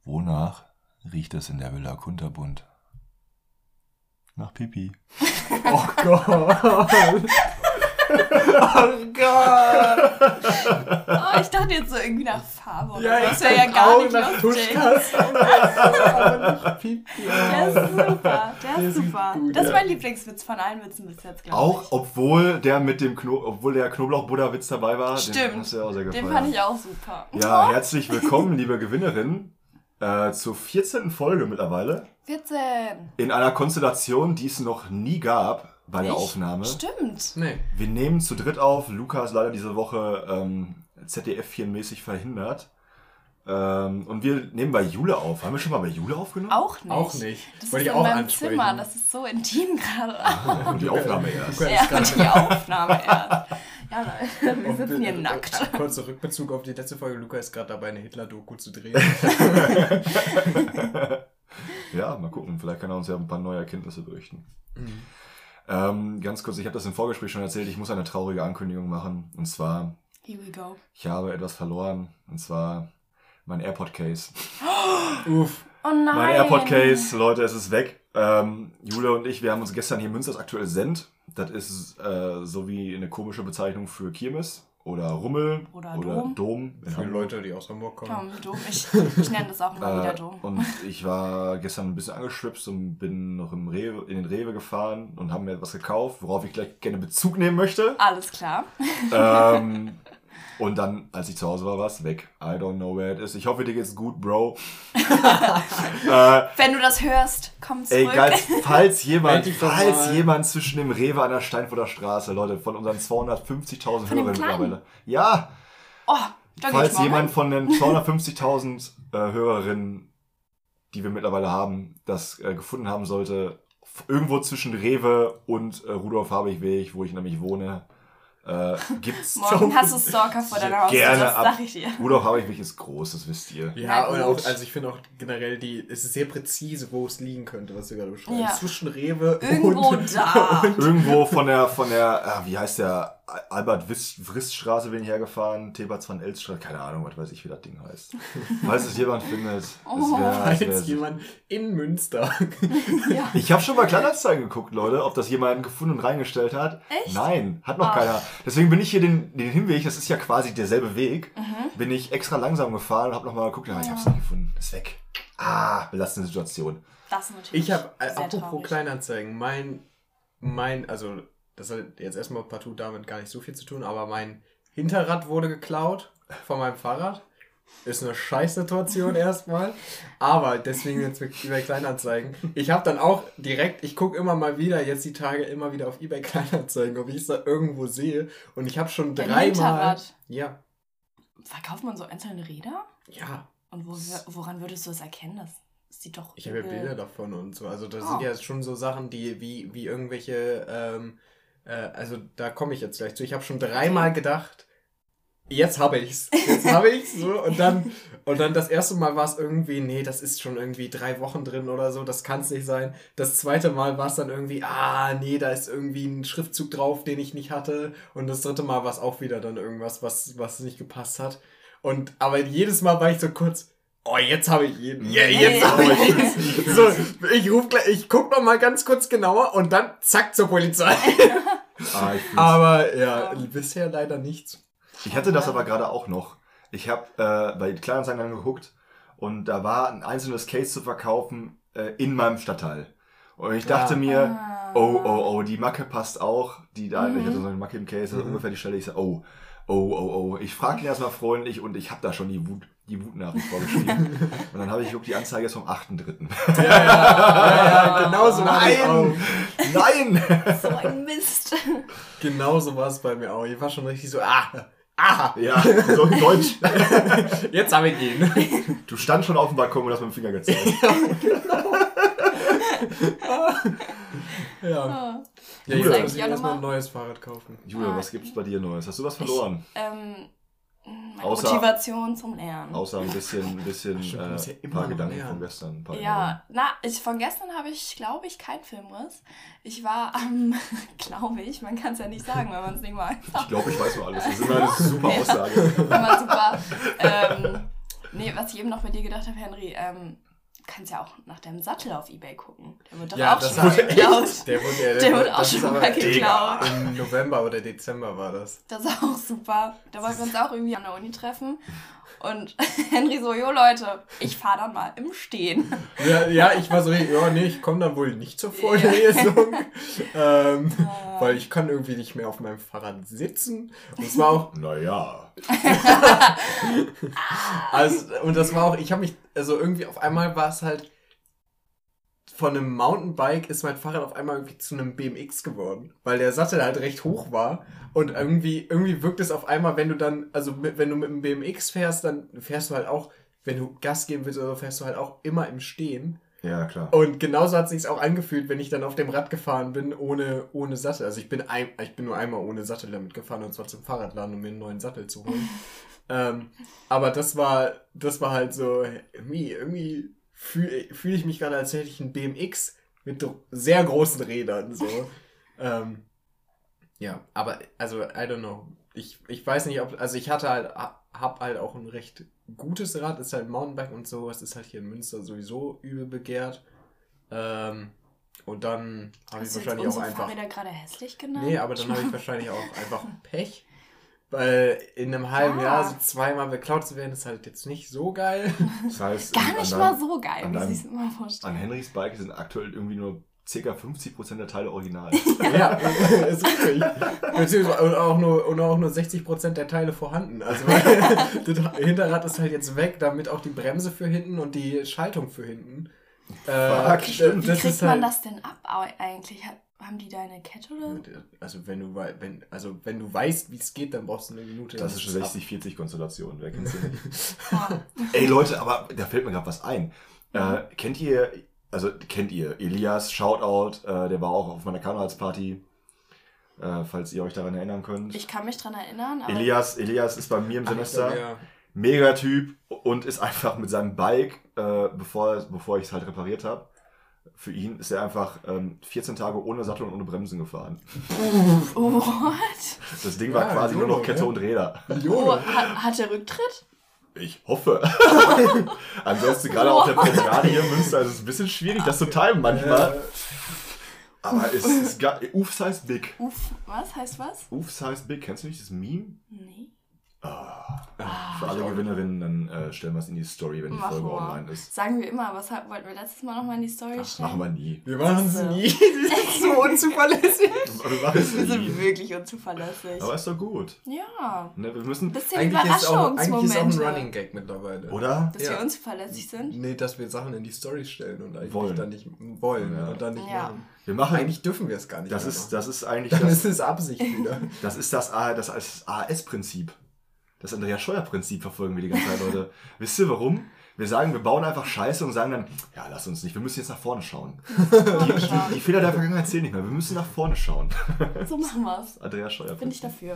Wonach riecht es in der Villa Kunterbund? Nach Pipi. Oh Gott. Oh Gott. Oh, ich dachte jetzt so irgendwie nach Farbe oder Ja, so. ich Das wäre ja dachte gar auch nicht nach lustig. Tuschkasten. Aber nicht Pipi. Der ist super, der ist ist super. gut, Das ist ja. mein Lieblingswitz von allen Witzen bis jetzt, glaube Auch, ich. obwohl der Knoblauch-Buddha-Witz dabei war. Den Stimmt, hast du ja auch sehr gefallen. den fand ich auch super. Ja, herzlich willkommen, liebe Gewinnerin, zur 14. Folge mittlerweile. 14. In einer Konstellation, die es noch nie gab bei der Aufnahme. Stimmt. Nee. Wir nehmen zu dritt auf. Luca ist leider diese Woche ZDF-mäßig verhindert. Und wir nehmen bei Jule auf. Haben wir schon mal bei Jule aufgenommen? Auch nicht. Auch nicht. Das Wollte ist ich in auch meinem ansprechen. Zimmer, das ist so intim gerade. Und die Aufnahme erst. Luca Ja, ist gerade- die Aufnahme erst. Ja, Leute, wir sitzen hier nackt. Kurzer Rückbezug auf die letzte Folge. Luca ist gerade dabei, eine Hitler-Doku zu drehen. Ja, mal gucken. Vielleicht kann er uns ja ein paar neue Erkenntnisse berichten. Ganz kurz, ich habe das im Vorgespräch schon erzählt. Ich muss eine traurige Ankündigung machen. Und zwar, Here we go. ich habe etwas verloren. Und zwar mein AirPod-Case. Uff. Oh nein. Mein AirPod-Case, Leute, es ist weg. Jule und ich, wir haben uns gestern hier Münsters aktuell Send. Das ist so wie eine komische Bezeichnung für Kirmes oder Rummel Oder Dom. in Für Hamburg. Leute, die aus Hamburg kommen. Dom. Ich nenne das auch immer wieder Dom. Und ich war gestern ein bisschen angeschwipst und bin noch in den Rewe gefahren und habe mir etwas gekauft, worauf ich gleich gerne Bezug nehmen möchte. Alles klar. Und dann, als ich zu Hause war, war es weg. I don't know where it is. Ich hoffe, dir geht's gut, Bro. Wenn du das hörst, komm zurück. Ey, geil, falls Meld dich doch mal. jemand zwischen dem Rewe an der Steinfurter Straße, Leute, von unseren 250.000 Von dem Hörern Kleinen? mittlerweile. Ja, Oh, da geh ich falls mal jemand hin. von den 250.000 Hörerinnen, die wir mittlerweile haben, das gefunden haben sollte, irgendwo zwischen Rewe und Rudolf-Habich-Weg, wo ich nämlich wohne, gibt's Morgen hast du Stalker vor deiner Haustür, gerne das ab. sag ich dir. Rudolf-Habich-Weg ist groß, das wisst ihr. Ja, Na und gut. auch, also ich finde auch generell, es ist sehr präzise, wo es liegen könnte, was du gerade beschreibst. Ja. Zwischen Rewe Irgendwo und... da. Irgendwo von der wie heißt der, Albert-Wrist-Straße bin ich hergefahren, Thebats-van-Elst-Straße, keine Ahnung, was weiß ich, wie das Ding heißt. Falls es jemand findet, es Falls wär jemand in Münster... Ja. Ich habe schon mal Kleinanzeigen geguckt, Leute, ob das jemand gefunden und reingestellt hat. Echt? Nein, hat noch Ach. keiner. Deswegen bin ich hier den Hinweg, das ist ja quasi derselbe Weg, bin ich extra langsam gefahren und habe nochmal geguckt, aber ich habe es nicht gefunden. Ist weg. Belastende Situation. Das ist natürlich Ich habe, sehr apropos traurig. Kleinanzeigen, also das hat jetzt erstmal partout damit gar nicht so viel zu tun, aber mein Hinterrad wurde geklaut von meinem Fahrrad. Ist eine Scheißsituation erstmal, aber deswegen jetzt mit eBay Kleinanzeigen. Ich habe dann auch direkt, ich gucke immer mal wieder, jetzt die Tage immer wieder auf eBay Kleinanzeigen, ob ich es da irgendwo sehe und ich habe schon Dein dreimal... Hinterrad? Ja, Verkauft man so einzelne Räder? ja. Und woran würdest du es erkennen? Das sieht doch Ich habe ja übel- Bilder davon und so. Also das Oh. sind ja schon so Sachen, die wie irgendwelche, also da komme ich jetzt gleich zu. Ich habe schon dreimal gedacht, jetzt habe ich's. Jetzt habe ich's. So. Und dann das erste Mal war es irgendwie, nee, das ist schon irgendwie 3 Wochen drin oder so, das kann es nicht sein. Das zweite Mal war es dann irgendwie, nee, da ist irgendwie ein Schriftzug drauf, den ich nicht hatte. Und das dritte Mal war es auch wieder dann irgendwas, was nicht gepasst hat. Aber jedes Mal war ich so kurz, jetzt habe ich ihn. Ja, jetzt habe ich ihn. So, ich guck noch mal ganz kurz genauer und dann zack zur Polizei. Ich fühl's. Aber ja, bisher leider nichts. Ich hatte das aber gerade auch noch. Ich habe bei Kleinanzeigen geguckt und da war ein einzelnes Case zu verkaufen in meinem Stadtteil. Und ich dachte mir, oh, die Macke passt auch. Ich hatte so eine Macke im Case, also ungefähr die Stelle. Ich so, oh. Ich frage ihn erstmal freundlich und ich habe da schon die Wutnachricht vorgeschrieben. Und dann habe ich geguckt, die Anzeige ist vom 8.3. Ja, genau so war es auch. Nein! So ein Mist. Genau so war es bei mir auch. Ich war schon richtig so, Ja, so in Deutsch. jetzt habe ich ihn. Du standst schon auf dem Balkon und hast mit dem Finger gezeigt. Ja. Ja, Julia, jetzt muss das ich auch erstmal noch ein neues Fahrrad kaufen. Julia, was gibt's bei dir Neues? Hast du was verloren? Meine Außer- Motivation zum Lernen. Außer ein bisschen Stimmt, du musst ja ein immer paar noch Gedanken lernen. von gestern. Ein paar Ja, von gestern habe ich, glaube ich, kein Filmriss. Ich war am, glaube ich, man kann es ja nicht sagen, wenn man es nicht mal Ich glaube, ich weiß nur alles. Das ist immer eine super Ja. Aussage. wenn man super Nee, was ich eben noch bei dir gedacht habe, Henry, kannst ja auch nach deinem Sattel auf Ebay gucken. Der wird doch Ja, auch das schon mal wurde geklaut. Der wird auch das schon ist aber mal geklaut. Im November oder Dezember war das. Das ist auch super. Da wollten wir uns auch irgendwie an der Uni treffen. Und Henry so, jo Leute, ich fahre dann mal im Stehen. Ja, ich war so, ich komme dann wohl nicht zur Vorlesung. Weil ich kann irgendwie nicht mehr auf meinem Fahrrad sitzen. Und es war auch... Naja. Und das war auch, ich habe mich, also irgendwie auf einmal war es halt, von einem Mountainbike ist mein Fahrrad auf einmal irgendwie zu einem BMX geworden, weil der Sattel halt recht hoch war und irgendwie wirkt es auf einmal, wenn du dann, also wenn du mit dem BMX fährst, dann fährst du halt auch, wenn du Gas geben willst oder so, fährst du halt auch immer im Stehen. Ja, klar. Und genauso hat es sich auch angefühlt, wenn ich dann auf dem Rad gefahren bin, ohne Sattel. Also ich bin nur einmal ohne Sattel damit gefahren, und zwar zum Fahrradladen, um mir einen neuen Sattel zu holen. Aber das war halt so, irgendwie fühle ich mich gerade, als hätte ich einen BMX mit sehr großen Rädern. So. Ja, aber, also, I don't know. Ich weiß nicht, also ich hab halt auch ein recht gutes Rad, ist halt ein Mountainbike und sowas, ist halt hier in Münster sowieso übel begehrt. Und dann habe ich wahrscheinlich auch einfach... Fahrräder gerade hässlich genannt? Nee, aber dann habe ich wahrscheinlich auch einfach Pech. Weil in einem halben Jahr so zweimal beklaut zu werden, ist halt jetzt nicht so geil. Das heißt, Gar nicht mal so geil, wie sie es immer An vorstellen. Henrys Bike sind aktuell irgendwie nur ca. 50% der Teile original. Ja, ist richtig. Beziehungsweise auch nur 60% der Teile vorhanden. Also das Hinterrad ist halt jetzt weg, damit auch die Bremse für hinten und die Schaltung für hinten. Stimmt. Wie kriegt man das denn ab eigentlich? Haben die da eine Kette oder? Also wenn du weißt, wie es geht, dann brauchst du eine Minute. Das ist eine 60-40-Konstellation, wer kennt sie nicht? Ja. Ey Leute, aber da fällt mir gerade was ein. Kennt ihr Elias, Shoutout, der war auch auf meiner Karnevalsparty, falls ihr euch daran erinnern könnt. Ich kann mich dran erinnern. Aber Elias ist bei mir im Semester. Ja. Mega Typ und ist einfach mit seinem Bike, bevor ich es halt repariert habe, für ihn ist er einfach 14 Tage ohne Sattel und ohne Bremsen gefahren. What? Das Ding war quasi nur noch Kette und Räder. Oh, hat der Rücktritt? Ich hoffe. Ansonsten gerade auf der Promenade hier in Münster ist es ein bisschen schwierig, das zu timen manchmal. Aber es ist geil. Oof size big. Was heißt was? Oof size big. Kennst du nicht das Meme? Nee. Für alle Gewinnerinnen, dann stellen wir es in die Story, wenn die Folge online ist. Sagen wir immer, was wollten wir letztes Mal nochmal in die Story stellen? Machen wir nie. Wir machen es nie. Das ist so unzuverlässig. Wir sind wirklich unzuverlässig. Aber ist doch gut. Ja. Ne, wir müssen. Ein bisschen Eigentlich ist auch ein Überraschungsmomente. Running Gag mittlerweile. Oder? Dass wir unzuverlässig sind? Nee, dass wir Sachen in die Story stellen und eigentlich Wollen. dann nicht wollen Ja. und dann nicht Ja. machen. Wir machen. Eigentlich dürfen wir es gar nicht. Das mehr ist machen. eigentlich Dann das. ist es Absicht wieder. Das ist das AS-Prinzip. Das Andreas Scheuer-Prinzip verfolgen wir die ganze Zeit, Leute. Wisst ihr warum? Wir sagen, wir bauen einfach Scheiße und sagen dann, ja, lass uns nicht, wir müssen jetzt nach vorne schauen. Die Fehler der Vergangenheit zählen nicht mehr, wir müssen nach vorne schauen. So machen wir's. Andreas Scheuer-Prinzip. Bin ich dafür.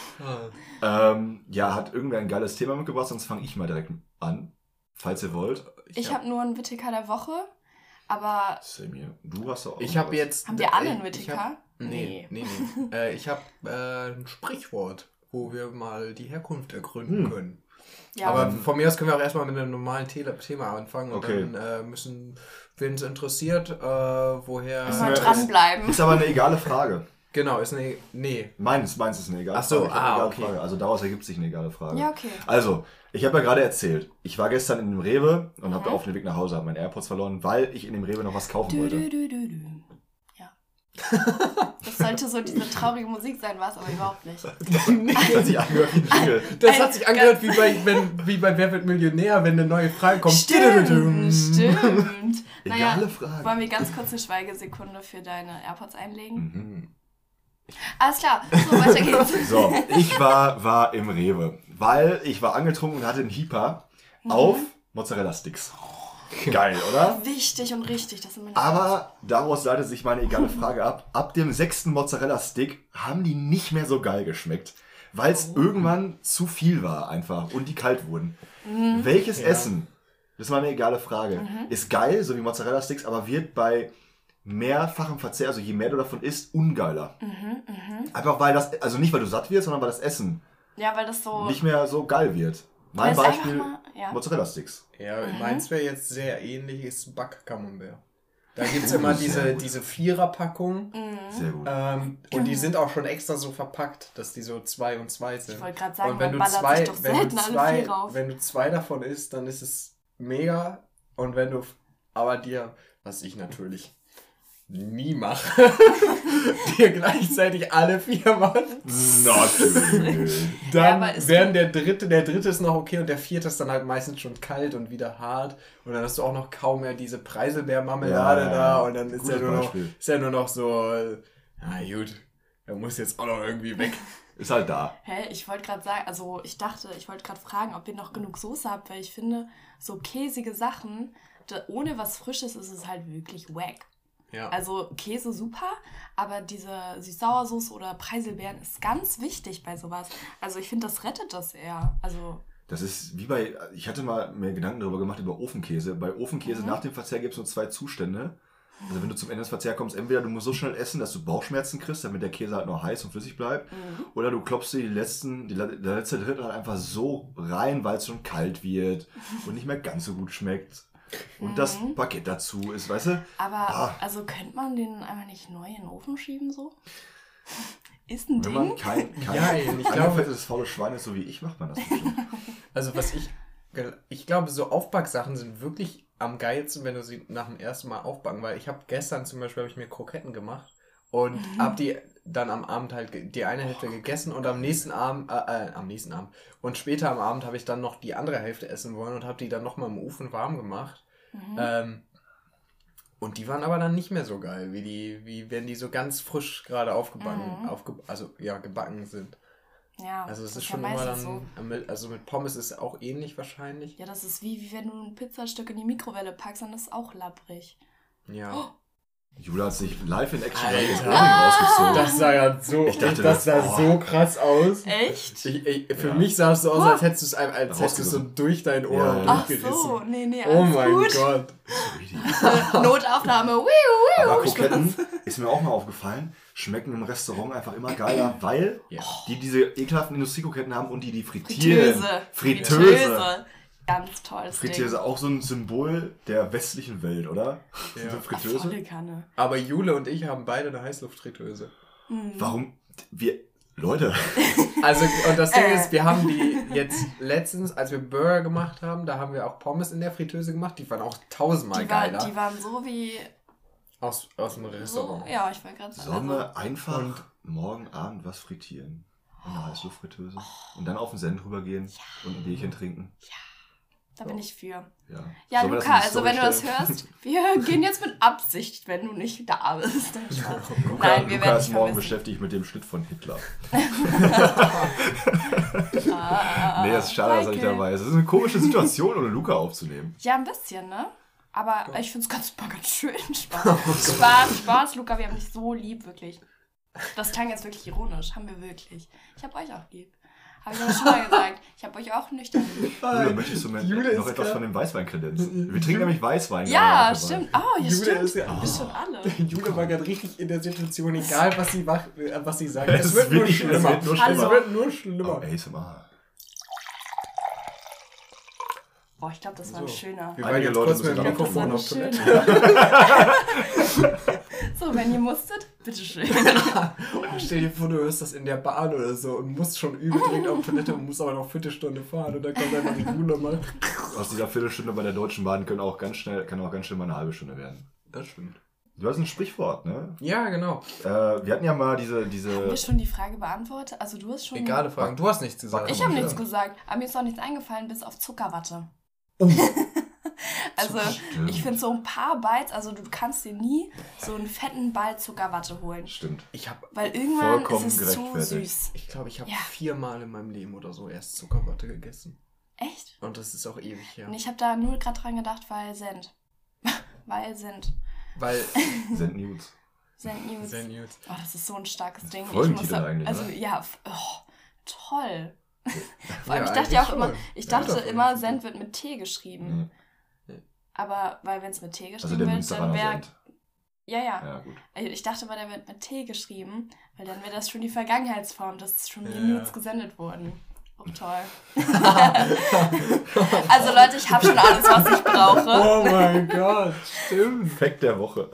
Ja, hat irgendwer ein geiles Thema mitgebracht, sonst fange ich mal direkt an, falls ihr wollt. Ich habe nur einen Wittiker der Woche, aber... Same hier. Du hast auch Ich habe was. jetzt... Haben wir alle einen Wittiker? Nee. Ich habe ein Sprichwort, wo wir mal die Herkunft ergründen können. Ja, Aber von mir aus können wir auch erstmal mit einem normalen Thema anfangen und Okay. dann müssen, wen es interessiert, woher... mal dranbleiben. Ist aber eine egale Frage. Genau, ist eine... Nee. Meins ist eine egale Ach so, Frage. Ich hab eine egale okay. Frage. Also daraus ergibt sich eine egale Frage. Ja, okay. Also, ich habe ja gerade erzählt, ich war gestern in dem Rewe und habe auf dem Weg nach Hause meine AirPods verloren, weil ich in dem Rewe noch was kaufen wollte. Ja. Das sollte so diese traurige Musik sein, war es aber überhaupt nicht. Das hat sich angehört wie ein Jingle. Das hat sich angehört wie bei Wer wird Millionär, wenn eine neue Frage kommt. Stimmt. Egale Frage. Wollen wir ganz kurz eine Schweigesekunde für deine AirPods einlegen? Mhm. Alles klar, so weiter geht's. So, ich war im Rewe, weil ich war angetrunken und hatte einen Hieper auf Mozzarella-Sticks. Geil, oder? Wichtig und richtig, das sind meine Aber daraus leitet sich meine egale Frage ab. Ab dem 6. Mozzarella-Stick haben die nicht mehr so geil geschmeckt, weil es irgendwann zu viel war einfach und die kalt wurden. Welches Essen, das ist mal eine egale Frage, ist geil, so wie Mozzarella-Sticks, aber wird bei mehrfachem Verzehr, also je mehr du davon isst, ungeiler. Einfach weil das, also nicht weil du satt wirst, sondern weil das Essen Ja, weil das so... nicht mehr so geil wird. Mein Weil es Beispiel, einfach mal- ja. Mozzarella-Sticks. Ja, meins wäre jetzt sehr ähnlich, ist Back-Camembert. Da gibt es immer diese Vierer-Packung. Sehr gut. Und die sind auch schon extra so verpackt, dass die so 2 und 2 sind. Ich wollte gerade sagen, Und wenn man du ballert sich doch selten alle 4 rauf. wenn du 2 davon isst, dann ist es mega. Und wenn du aber dir, was ich natürlich nie mache, dir gleichzeitig alle 4 machst, Natürlich. dann aber ist werden der dritte ist noch okay und der 4. ist dann halt meistens schon kalt und wieder hart. Und dann hast du auch noch kaum mehr diese Preiselbeermarmelade da und dann ist ja nur noch so, na gut, der muss jetzt auch noch irgendwie weg. Ist halt da. Hä, ich wollte gerade sagen, also ich wollte gerade fragen, ob ihr noch genug Soße habt, weil ich finde, so käsige Sachen, ohne was Frisches ist es halt wirklich wack. Ja. Also Käse super, aber diese Süß-Sauersoße oder Preiselbeeren ist ganz wichtig bei sowas. Also ich finde, das rettet das eher. Also Das ist wie ich hatte mal mir Gedanken darüber gemacht, über Ofenkäse. Bei Ofenkäse nach dem Verzehr gibt es nur 2 Zustände. Also wenn du zum Ende des Verzehr kommst, entweder du musst so schnell essen, dass du Bauchschmerzen kriegst, damit der Käse halt noch heiß und flüssig bleibt. Oder du klopfst dir der letzte Drittel halt einfach so rein, weil es schon kalt wird und nicht mehr ganz so gut schmeckt. Und das Baguette dazu ist, weißt du? aber also könnte man den einfach nicht neu in den Ofen schieben so? Ist ein Wenn man Ding. Ich glaube, das faule Schwein ist so wie ich, macht man das nicht. also ich glaube, so Aufbacksachen sind wirklich am geilsten, wenn du sie nach dem ersten Mal aufbacken, weil ich habe gestern zum Beispiel mir Kroketten gemacht und habe die dann am Abend halt die eine Hälfte gegessen und am nächsten Abend und später am Abend habe ich dann noch die andere Hälfte essen wollen und habe die dann nochmal im Ofen warm gemacht. Und die waren aber dann nicht mehr so geil, wie wenn die so ganz frisch gerade gebacken sind. Ja, Also es das ist schon ja immer meistens dann, also mit Pommes ist es auch ähnlich wahrscheinlich. Ja, das ist wie wenn du ein Pizzastück in die Mikrowelle packst, dann ist es auch labbrig. Ja. Jula hat sich live in Action Alter. rausgezogen. Das sah ja so, Ich dachte, das sah so krass aus. Echt? Für mich sah es so aus, als hättest du es so durch dein Ohr Ja. Ach durchgerissen. so, nee, Oh alles mein gut. Gott. Notaufnahme, wiu, Aber Kroketten, ist mir auch mal aufgefallen, schmecken im Restaurant einfach immer geiler, weil die diese ekelhaften Industriekroketten haben und die frittieren. Fritteuse. Ganz tolles Fritteuse, Ding. auch so ein Symbol der westlichen Welt, oder? Ja. Diese Ach, Fritteuse. volle Kanne. Aber Jule und ich haben beide eine Heißluftfritteuse. Warum? Leute. Also, und das Ding ist, wir haben die jetzt letztens, als wir Burger gemacht haben, da haben wir auch Pommes in der Fritteuse gemacht. Die waren auch tausendmal geiler. Die waren so wie... Aus dem Restaurant. So, ja, ich wollte gerade sagen. Sollen wir einfach morgen Abend was frittieren? In einer Heißluftfritteuse. Und dann auf den Send rübergehen und ein Bierchen trinken. Da bin ich für. Ja, Ja, Sollen wir das Luca, in die also Story wenn du das stellen? hörst, wir gehen jetzt mit Absicht, wenn du nicht da bist. Luca, Nein, wir Luca werden ist dich morgen vermissen. beschäftigt mit dem Schnitt von Hitler. Ah, Nee, das ist schade, dass er nicht Michael. dabei ist. Es ist eine komische Situation, ohne Luca aufzunehmen. Ja, ein bisschen, ne? Aber ich finde es ganz schön. Spaß, Luca, wir haben dich so lieb, wirklich. Das klang jetzt wirklich ironisch, haben wir wirklich. Ich habe euch auch lieb. Habe ich aber schon mal gesagt. Ich habe euch auch nüchtern lieb. Jule, möchtest du mir Jule noch ist etwas grad- von dem Weißwein-Kredenz? Wir trinken nämlich Weißwein. Ja, gerade. stimmt. Oh, ja, Jule stimmt. ist ja- Bist schon alle. Jule war gerade richtig in der Situation, egal was sie sagt. Es wird nur schlimmer. Es wird nur schlimmer. Oh, ASMR. Boah, ich glaube, das war ein schöner. Wir waren Einige jetzt Leute kurz mit dem müssen da Mikrofon auf Das war ein Toilette. So, wenn ihr musstet, bitteschön. Stell dir vor, du hörst das in der Bahn oder so und musst schon übel dringend auf Toilette und musst aber noch Viertelstunde fahren und dann kommt einfach die Jule mal. Aus dieser Viertelstunde bei der Deutschen Bahn kann auch ganz schnell mal eine halbe Stunde werden. Das stimmt. Du hast ein Sprichwort, ne? Ja, genau. Wir hatten ja mal Haben wir diese schon die Frage beantwortet? Also du hast schon... Egal, Fragen. Du hast nichts gesagt. Ich habe nichts gesagt, aber mir ist auch nichts eingefallen, bis auf Zuckerwatte. Also Stimmt. ich finde so ein paar Bites, also du kannst dir nie so einen fetten Ball Zuckerwatte holen. Stimmt. Weil irgendwann Vollkommen ist es zu gerechtfertigt. süß. Ich glaube, ich habe Ja. 4-mal in meinem Leben oder so erst Zuckerwatte gegessen. Echt? Und das ist auch ewig her. Und ich habe da nur gerade dran gedacht, weil Send. Weil Send. Weil. Send News. Send News. Sehr nude. Oh, das ist so ein starkes Ding. Folgentitel eigentlich, also oder? ja, toll. Vor allem, Ja, ich dachte ja auch eigentlich immer, schon. ich Ja, dachte davon immer, ist Send wird mit T geschrieben. Nee. Aber, weil wenn es mit T Also geschrieben der wird, dann Münsteraner wäre... Send. Ja. Ja, gut. Ich dachte mal, der wird mit T geschrieben, weil dann wäre das schon die Vergangenheitsform, dass schon die Ja. Nudes gesendet wurden. Auch toll. Also Leute, ich habe schon alles, was ich brauche. Oh mein Gott, stimmt. Fact der Woche.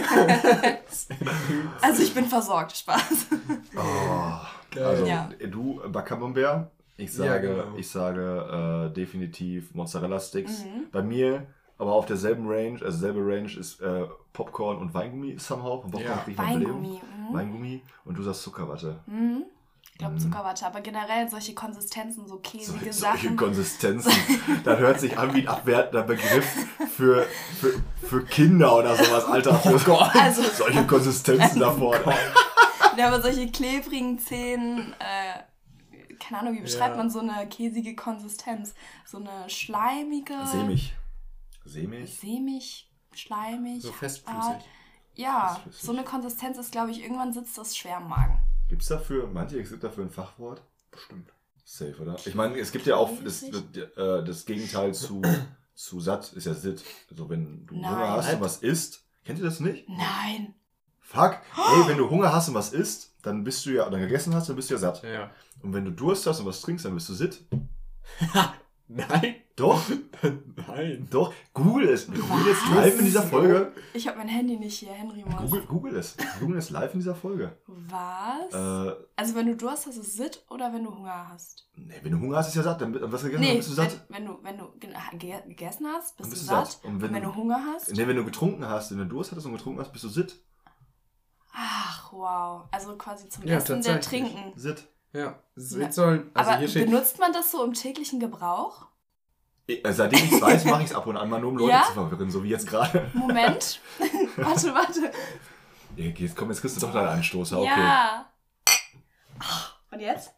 Also ich bin versorgt, Spaß. Oh, also Ja. du Camembert. Ich sage, Ja, genau. ich sage definitiv Mozzarella Sticks. Bei mir, aber auf derselben Range, also selbe Range ist Popcorn und Weingummi somehow. Popcorn Ja. kriegt man Belegung. Weingummi. Weingummi und du sagst Zuckerwatte. Ich glaube Zuckerwatte, aber generell solche Konsistenzen, so käsige Solche Sachen. Konsistenzen. Das hört sich an wie ein abwertender Begriff für Kinder oder sowas, Alter. Oh Gott. Also, Solche Konsistenzen davor. ja, aber solche klebrigen Zähnen, keine Ahnung, wie beschreibt Ja. man so eine käsige Konsistenz? So eine schleimige... Sämig. Sämig, schleimig. So festflüssig. Ja, Festflüssig. so eine Konsistenz ist, glaube ich, irgendwann sitzt das schwer im Magen. Meint ihr, es gibt dafür ein Fachwort? Bestimmt. Safe, oder? Ich meine, es gibt ja auch das Gegenteil zu satt, ist ja Sitt. Also wenn du Nein. Hunger hast und was isst, kennt ihr das nicht? Nein. Fuck, ey, wenn du Hunger hast und was isst, dann bist du ja, oder gegessen hast, dann bist du ja satt. Ja. Und wenn du Durst hast und was trinkst, dann bist du Sitt. Nein. Doch, Nein. doch. Google es. Google es live in dieser Folge. Ich habe mein Handy nicht hier, Henry muss. Google es. Google es live in dieser Folge. Was? Äh, Also wenn du Durst hast, ist es Sitt oder wenn du Hunger hast? nee, wenn du Hunger hast, ist ja satt. Dann was gegessen hast, Nee, bist du satt. wenn du gegessen hast, bist Dann du bist du satt. satt. Und Und wenn wenn du- du Hunger hast? Nee, wenn du getrunken hast, wenn du Durst hattest und getrunken hast, bist du Sitt. Ach, wow. Also quasi zum Ja, Essen der tatsächlich. Trinken. Sitt. Ja. Jetzt sollen, also Aber hier steht. benutzt man das so im täglichen Gebrauch? Seitdem ich es weiß, mache ich es ab und an mal nur, um Leute Ja? zu verwirren, so wie jetzt gerade. Moment. warte. Jetzt kriegst du doch deinen Anstoß. Okay. Ja. Und jetzt?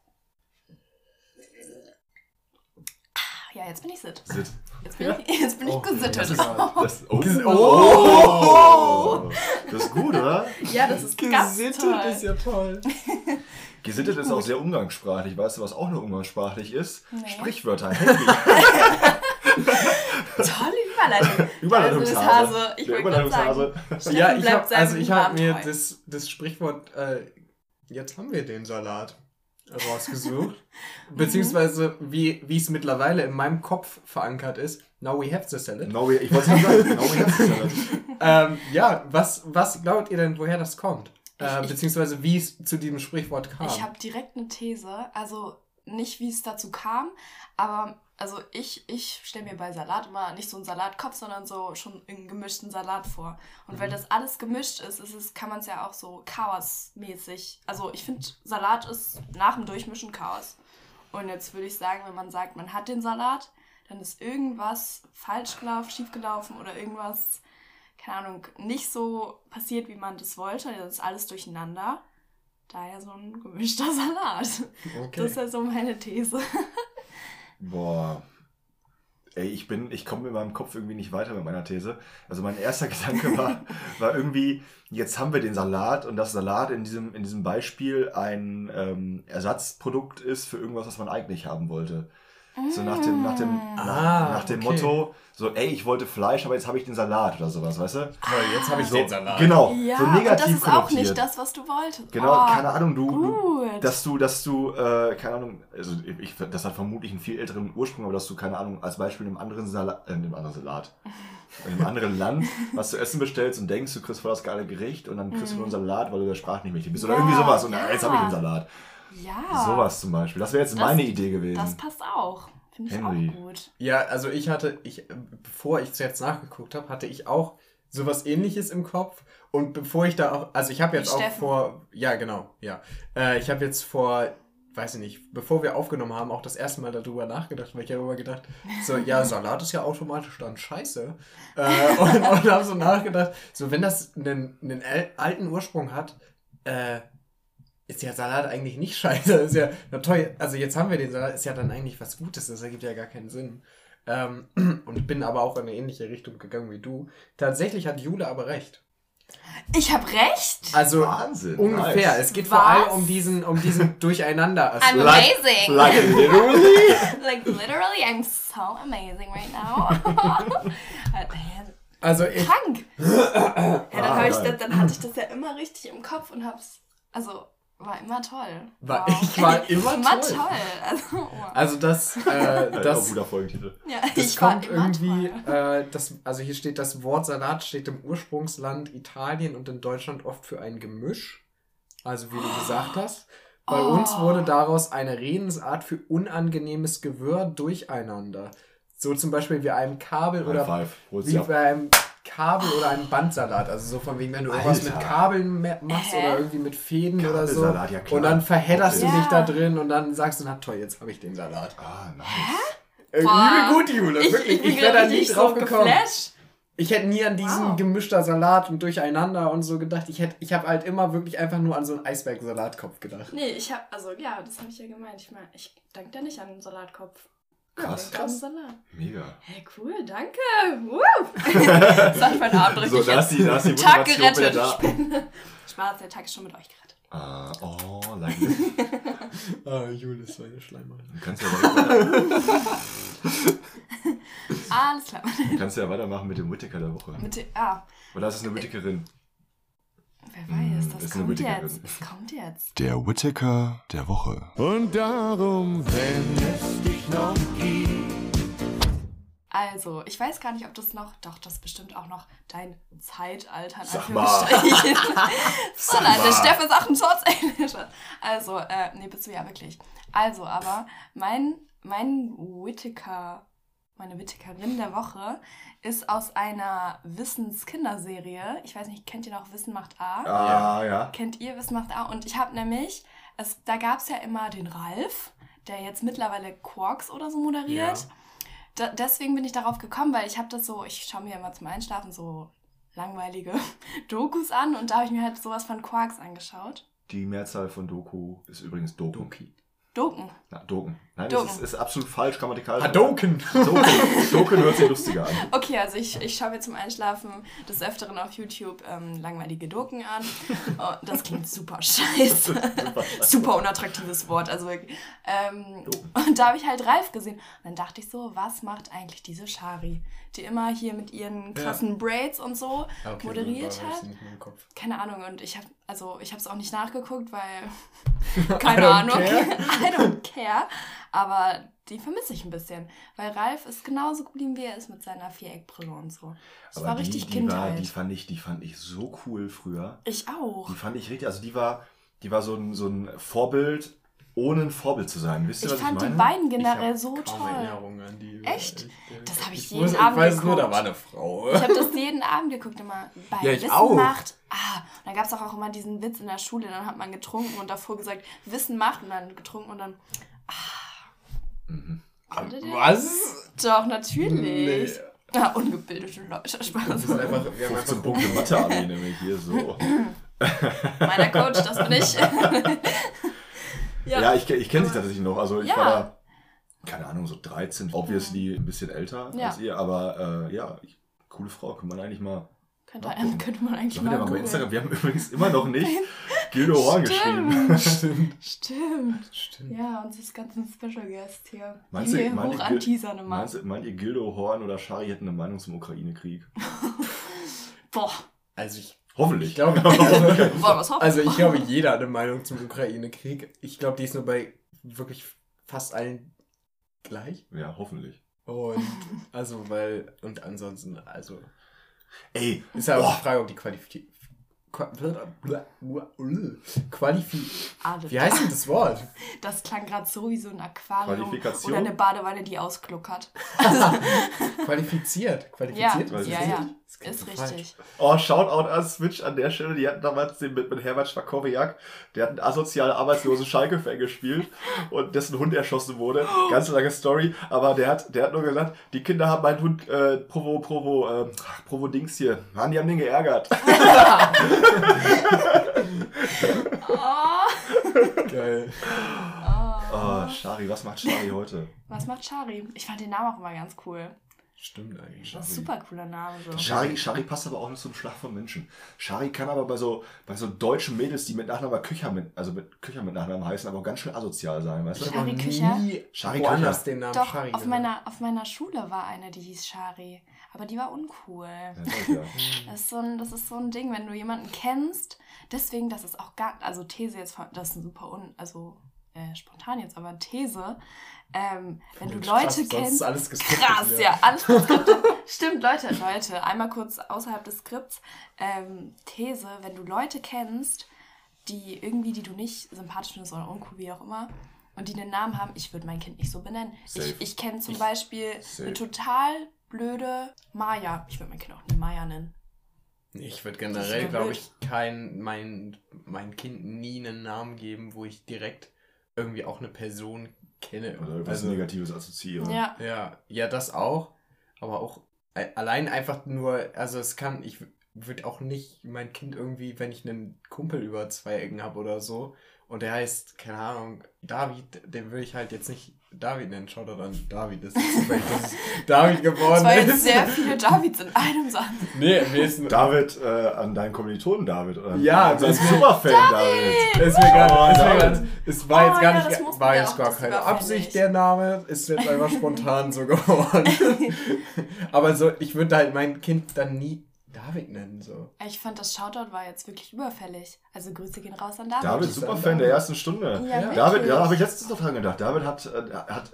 Ja, jetzt bin ich Sitt. Sitt. Jetzt bin ich Oh, gesittet. das ist Das, oh. Oh. Das ist gut, oder? Ja, das ist ganz Gesittet toll. ist ja toll. Gesittet ist auch sehr umgangssprachlich. Weißt du, was auch nur umgangssprachlich ist? Nee. Sprichwörter. Henry. Tolle Überleitung. Überleitungshase. Also, ich Der wollte gerade sagen, Überleitungshase. Steffen Ja, ich bleibt habe seinem hab Namen mir treu. das Sprichwort, jetzt haben wir den Salat rausgesucht. Beziehungsweise, wie es mittlerweile in meinem Kopf verankert ist, now we have the salad. Ich wollte es sagen. Genau, wie hast du das? Ja, was glaubt ihr denn, woher das kommt? Beziehungsweise, wie es zu diesem Sprichwort kam? Ich habe direkt eine These, also nicht, wie es dazu kam, aber also ich stelle mir bei Salat immer nicht so einen Salatkopf, sondern so schon einen gemischten Salat vor. Und weil das alles gemischt ist, kann man es ja auch so chaosmäßig, also ich finde, Salat ist nach dem Durchmischen Chaos. Und jetzt würde ich sagen, wenn man sagt, man hat den Salat, dann ist irgendwas falsch gelaufen, schief gelaufen oder irgendwas, keine Ahnung, nicht so passiert, wie man das wollte. Das ist alles durcheinander. Daher so ein gemischter Salat. Okay. Das ist ja so meine These. Boah. Ey, ich komme mit meinem Kopf irgendwie nicht weiter mit meiner These. Also mein erster Gedanke war irgendwie, jetzt haben wir den Salat und das Salat in diesem Beispiel ein Ersatzprodukt ist für irgendwas, was man eigentlich haben wollte. So nach dem okay. Motto, so ey, ich wollte Fleisch, aber jetzt habe ich den Salat oder sowas, weißt du? Toll, jetzt habe ich So, den Salat. genau, Ja, so und negativ das ist auch konnotiert. nicht das, was du wolltest. Genau, Oh, keine Ahnung, gut. dass du, keine Ahnung, also das hat vermutlich einen viel älteren Ursprung, aber dass du, keine Ahnung, als Beispiel in einem anderen Land was zu essen bestellst und denkst, du kriegst voll das geile Gericht und dann kriegst du nur einen Salat, weil du der Sprache nicht mächtig bist. Oder Ja, irgendwie sowas und ja. jetzt habe ich den Salat. Ja. Sowas zum Beispiel. Das wäre jetzt meine Idee gewesen. Das passt auch. Finde ich Henry. auch gut. Ja, also bevor ich es jetzt nachgeguckt habe, hatte ich auch sowas Ähnliches im Kopf. Und bevor ich da auch, also ich habe jetzt Wie auch Steffen. ich habe jetzt vor, weiß ich nicht, bevor wir aufgenommen haben, auch das erste Mal darüber nachgedacht, weil ich habe immer gedacht, so, ja, Salat ist ja automatisch dann scheiße. Und habe so nachgedacht, so, wenn das einen alten Ursprung hat, ist ja Salat eigentlich nicht scheiße. Das ist ja, na toll, also jetzt haben wir den Salat, ist ja dann eigentlich was Gutes, das ergibt ja gar keinen Sinn. Und bin aber auch in eine ähnliche Richtung gegangen wie du. Tatsächlich hat Jule aber recht. Ich habe recht. Also Wahnsinn, ungefähr. nice. Es geht vor Was? allem um diesen Durcheinander. I'm Like- amazing. Like literally? Like literally, I'm so amazing right now. Also ich, Krank. Ja, geil. dann hatte ich das ja immer richtig im Kopf und hab's, also War immer toll. Ich war immer toll. Also das guter Folgentitel. Ja, das kommt irgendwie, also hier steht, das Wort Salat steht im Ursprungsland Italien und in Deutschland oft für ein Gemisch. Also wie du gesagt hast. Bei uns wurde daraus eine Redensart für unangenehmes Gewirr durcheinander. So zum Beispiel wie einem Kabel oder bei einem Kabel oder einem Bandsalat. Also so von wegen, wenn du irgendwas mit Kabeln machst oder irgendwie mit Fäden oder so. Ja, und dann verhedderst du dich da drin und dann sagst du, na toll, jetzt habe ich den Salat. Nice. Übel gut, Jule. Wirklich, ich wäre da nicht drauf gekommen. Geflasht. Ich hätte nie an diesen gemischter Salat und durcheinander und so gedacht. Ich habe halt immer wirklich einfach nur an so einen Eisberg-Salatkopf gedacht. Nee, das habe ich ja gemeint. Ich denke da nicht an den Salatkopf. Krass. Salat. Mega. Hey, cool, danke. Das hat mein Abend richtig. So, da ist die Tag Motivation gerettet. wieder da. Spaß, der Tag ist schon mit euch gerettet. Like this. Jule ist so eine Schleimerin. Du kannst ja weiter. Alles klar. Du kannst ja weitermachen mit dem Whittaker der Woche. Oder ist es eine Whittakerin? Wer weiß, das kommt jetzt. Es kommt jetzt. Der Whittaker der Woche. Und darum, wenn es dich noch gibt. Also, ich weiß gar nicht, ob das noch... Doch, das ist bestimmt auch noch dein Zeitalter. Sag mal. So, nein, der Steff ist 28. Also, nee, bist du ja wirklich. Also, aber mein Whittaker... Meine Whittackerin der Woche ist aus einer Wissenskinderserie. Ich weiß nicht, kennt ihr noch Wissen macht A? Ja. Kennt ihr Wissen macht A? Und ich habe nämlich, da gab es ja immer den Ralf, der jetzt mittlerweile Quarks oder so moderiert. Ja. Deswegen bin ich darauf gekommen, weil ich schaue mir immer zum Einschlafen so langweilige Dokus an und da habe ich mir halt sowas von Quarks angeschaut. Die Mehrzahl von Doku ist übrigens Doki. Doken. Doken. Nein, das ist absolut falsch grammatikalisch. Hadoken. Doken hört sich lustiger an. Okay, also ich schaue mir zum Einschlafen des Öfteren auf YouTube langweilige Doken an. Oh, das klingt super scheiße. Super unattraktives Wort. Also wirklich. Und da habe ich halt Ralf gesehen. Und dann dachte ich so, was macht eigentlich diese Shari, die immer hier mit ihren krassen Braids und so moderiert hat? Keine Ahnung. Und ich habe es auch nicht nachgeguckt, weil keine Ahnung. I don't care. Aber die vermisse ich ein bisschen. Weil Ralf ist genauso geblieben, wie er ist mit seiner Viereckbrille und so. Das war richtig Kindheit. Die fand ich so cool früher. Ich auch. Die fand ich richtig, also die war so ein Vorbild, ohne ein Vorbild zu sein. Wisst ihr, was ich meine? Ich fand die beiden generell so kaum toll. Erinnerungen an die. Echt? Das habe ich jeden Abend Abend geguckt. Ich weiß nur, da war eine Frau. Ich habe das jeden Abend geguckt, immer bei ich Wissen auch. macht. Und dann gab es auch immer diesen Witz in der Schule, dann hat man getrunken und davor gesagt, Wissen macht und dann getrunken und dann... Was? Doch, natürlich. Nee. Ja, ungebildete Leute, Spaß. Wir haben einfach zum Punkt in Mathe-Abi nämlich hier so. Meiner Coach, das bin ich. Ja, ich kenne sie tatsächlich noch. Also ich war da, keine Ahnung, so 13, obviously ein bisschen älter als ihr, aber coole Frau, kann man eigentlich mal... Könnte man eigentlich mal bei Instagram. Wir haben übrigens immer noch nicht Gildo Horn geschrieben. Stimmt. Ja, und das ganzen Special Guest hier. Meint ihr Gildo Horn oder Shari hätten eine Meinung zum Ukraine-Krieg? Boah. Also hoffentlich. Ich glaube, was hoffen? also ich glaube, jeder hat eine Meinung zum Ukraine-Krieg. Ich glaube, die ist nur bei wirklich fast allen gleich. Ja, hoffentlich. Und ansonsten, also... Ey, ist ja auch die Frage, ob die Wie heißt denn das Wort? Das klang gerade so wie so ein Aquarium Qualifikation? oder eine Badewanne, die auskluckert. Qualifiziert? Ja, ist richtig. Oh, Shoutout an Switch an der Stelle. Die hatten damals mit Herbert Schwakowiak, der hat einen asozial arbeitslosen Schalke-Fan gespielt und dessen Hund erschossen wurde. Ganz lange Story, aber der hat nur gesagt, die Kinder haben meinen Hund Provo Dings hier. Mann, die haben den geärgert. Geil. Oh, Shari, was macht Shari heute? Was macht Shari? Ich fand den Namen auch immer ganz cool. Stimmt eigentlich. Das ist ein super cooler Name. So. Shari passt aber auch nicht zum Schlag von Menschen. Shari kann aber bei so deutschen Mädels, die mit Nachnamen Kücher mit Nachnamen heißen, aber auch ganz schön asozial sein, weißt du? Shari Kücher? Shari woanders Kücher. den Namen Doch, Shari auf meiner Schule war eine, die hieß Shari. Aber die war uncool. Ja. Das ist so ein Ding, wenn du jemanden kennst. Deswegen, das ist auch gar... Also These jetzt, das ist ein super... spontan jetzt, aber These. Wenn du Leute kennst... Alles geskriptet, krass, ja, alles geskriptet. Stimmt, Leute, einmal kurz außerhalb des Skripts. These, wenn du Leute kennst, die du nicht sympathisch findest oder uncool, wie auch immer, und die einen Namen haben, ich würde mein Kind nicht so benennen. Ich kenne zum Beispiel eine total blöde Maya. Ich würde mein Kind auch nie Maya nennen. Ich würde generell, glaube ich, mein Kind nie einen Namen geben, wo ich direkt irgendwie auch eine Person kenne. Oder irgendwas Negatives assoziieren. Ja, das auch. Aber auch allein einfach nur, also ich würde auch nicht mein Kind irgendwie, wenn ich einen Kumpel über 2 Ecken habe oder so, und der heißt, keine Ahnung, David, den würde ich halt jetzt nicht David nennen. Schaut doch an, David, das ist zufällig, dass es David geworden ist. Es waren jetzt sehr viele Davids in einem Satz. Nee, mir ist David, an deinen Kommilitonen David. Oder ja, das ist Superfan David. Es war jetzt gar das nicht, war jetzt gar keine Absicht, der Name, ist jetzt einfach spontan so geworden. Aber so, ich würde halt mein Kind dann nie David nennen, so. Ich fand, das Shoutout war jetzt wirklich überfällig. Also Grüße gehen raus an David. David, Superfan der ersten Stunde. Ja, David, da habe ich letztens noch dran gedacht. David hat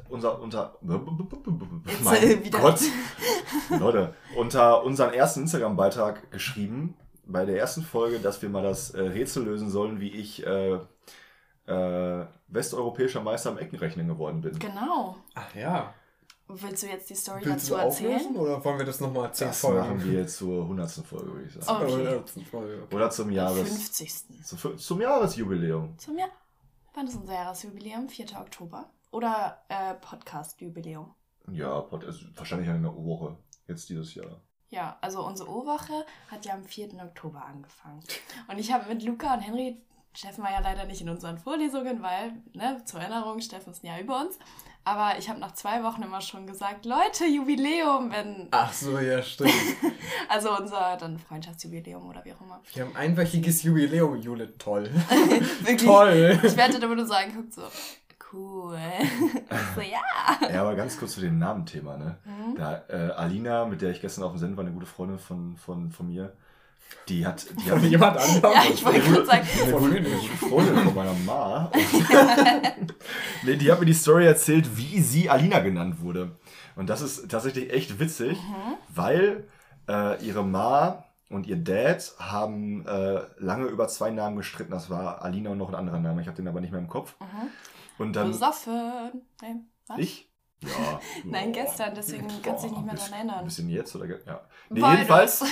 unter unseren ersten Instagram-Beitrag geschrieben, bei der ersten Folge, dass wir mal das Rätsel lösen sollen, wie ich westeuropäischer Meister im Eckenrechnen geworden bin. Genau. Ach ja. Willst du jetzt die Story Willst du dazu erzählen? auflösen oder wollen wir das nochmal 10 Das Folgen? machen wir jetzt zur 100. Folge, würde ich sagen. Okay. 100. Folge. Oder zum 50. zum Jahresjubiläum. Wann ist unser Jahresjubiläum? 4. Oktober? Oder Podcast-Jubiläum? Ja, wahrscheinlich eine Woche. Jetzt dieses Jahr. Ja, also unsere O-Woche hat ja am 4. Oktober angefangen. Und ich habe mit Luca und Henry, Steffen war ja leider nicht in unseren Vorlesungen, weil, zur Erinnerung, Steffen ist ein Jahr über uns. Aber ich habe nach 2 Wochen immer schon gesagt, Leute, Jubiläum, wenn... Ach so, ja, stimmt. Also unser dann Freundschaftsjubiläum oder wie auch immer. Wir haben ein einwöchiges Jubiläum, Jule, toll. Wirklich? Toll. Ich werde da nur so angeguckt, so, cool. So, ja. Ja, aber ganz kurz zu dem Namenthema, ne? Da, Alina, mit der ich gestern auf dem Senden war, eine gute Freundin von mir, die hat jemand anderem. Ja, ich wollte gerade sagen. Eine gute Freundin von meiner Ma. Nee, die hat mir die Story erzählt, wie sie Alina genannt wurde. Und das ist tatsächlich echt witzig, weil ihre Ma und ihr Dad haben lange über 2 Namen gestritten. Das war Alina und noch ein anderer Name. Ich habe den aber nicht mehr im Kopf. Und dann... Besoffen. Nee, was? Ich? Ja. Nein, gestern, deswegen kannst du dich nicht mehr daran erinnern. Ein bisschen jetzt oder... Ja. Nee, Beides. jedenfalls...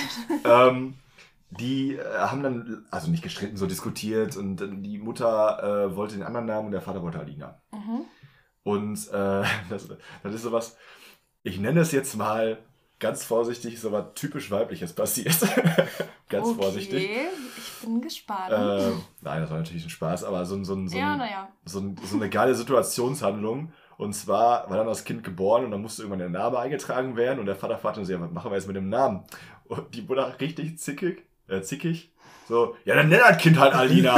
die haben dann, also nicht gestritten, so diskutiert und die Mutter wollte den anderen Namen und der Vater wollte Alina. Und das ist sowas, ich nenne es jetzt mal ganz vorsichtig, so was typisch Weibliches passiert. Ganz vorsichtig. Ich bin gespannt. Nein, das war natürlich ein Spaß, aber so Ja. eine geile Situationshandlung. Und zwar war dann das Kind geboren und dann musste irgendwann der Name eingetragen werden und der Vater fragte uns, ja, was machen wir jetzt mit dem Namen? Und die Mutter richtig zickig. So, ja, dann nenn das Kind halt Alina.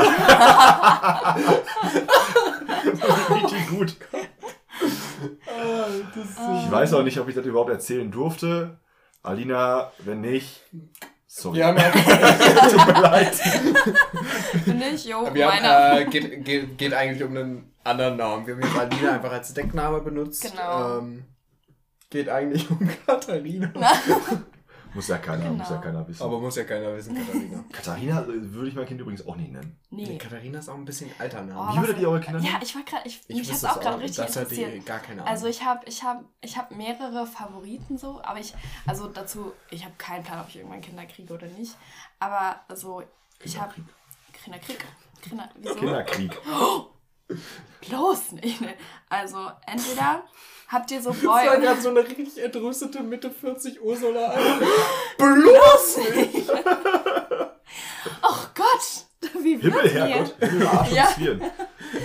Richtig gut. Ich weiß auch nicht, ob ich das überhaupt erzählen durfte. Alina, wenn nicht, sorry. Wir haben Tut mir leid. Bin ich, jo, Wir meiner. haben, geht eigentlich um einen anderen Namen. Wir haben jetzt Alina einfach als Deckname benutzt. Genau. Geht eigentlich um Katharina. Muss ja keiner wissen. Aber muss ja keiner wissen, Katharina. Katharina würde ich mein Kind übrigens auch nicht nennen. Nee. Katharina ist auch ein bisschen ein alter Name. Oh, Wie würdet ihr eure Kinder nennen? Ja, ich war gerade, mich hat wusste es auch gerade richtig das hatte interessiert. gar keine Ahnung. Also ich hab mehrere Favoriten so, aber ich habe keinen Plan, ob ich irgendwann Kinder kriege oder nicht. Aber also ich habe Kinderkrieg. Bloß nicht. Ne? Also entweder habt ihr so Das war Boy. gerade so eine richtig entrüstete Mitte 40 Ursula. Alter. Bloß nicht! Oh Gott, wie wird Himmelherrgott, Himmelarsch Ja. und Zwirn.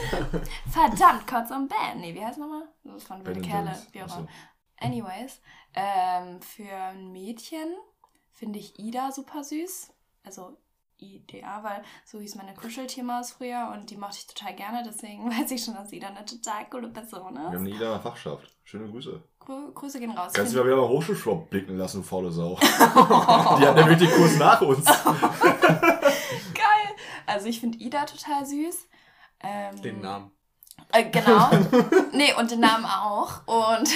Verdammt, Kotz und Ben. Nee, wie heißt nochmal? Das waren wilde Ben Kerle. Jones. Wie auch Ach so. immer. Anyways, Für ein Mädchen finde ich Ida super süß. Also IDA, weil so hieß meine Kuscheltiermaus früher und die mochte ich total gerne. Deswegen weiß ich schon, dass Ida eine total coole Person ist. Wir haben eine Ida in der Fachschaft. Schöne Grüße. Grüße gehen raus. Kannst du mal wieder mal Hochschulschwab blicken lassen, du faule Sau. Die hat nämlich den Kurs nach uns. Geil. Also ich finde Ida total süß. Den Namen. Genau. Nee, und den Namen auch. Und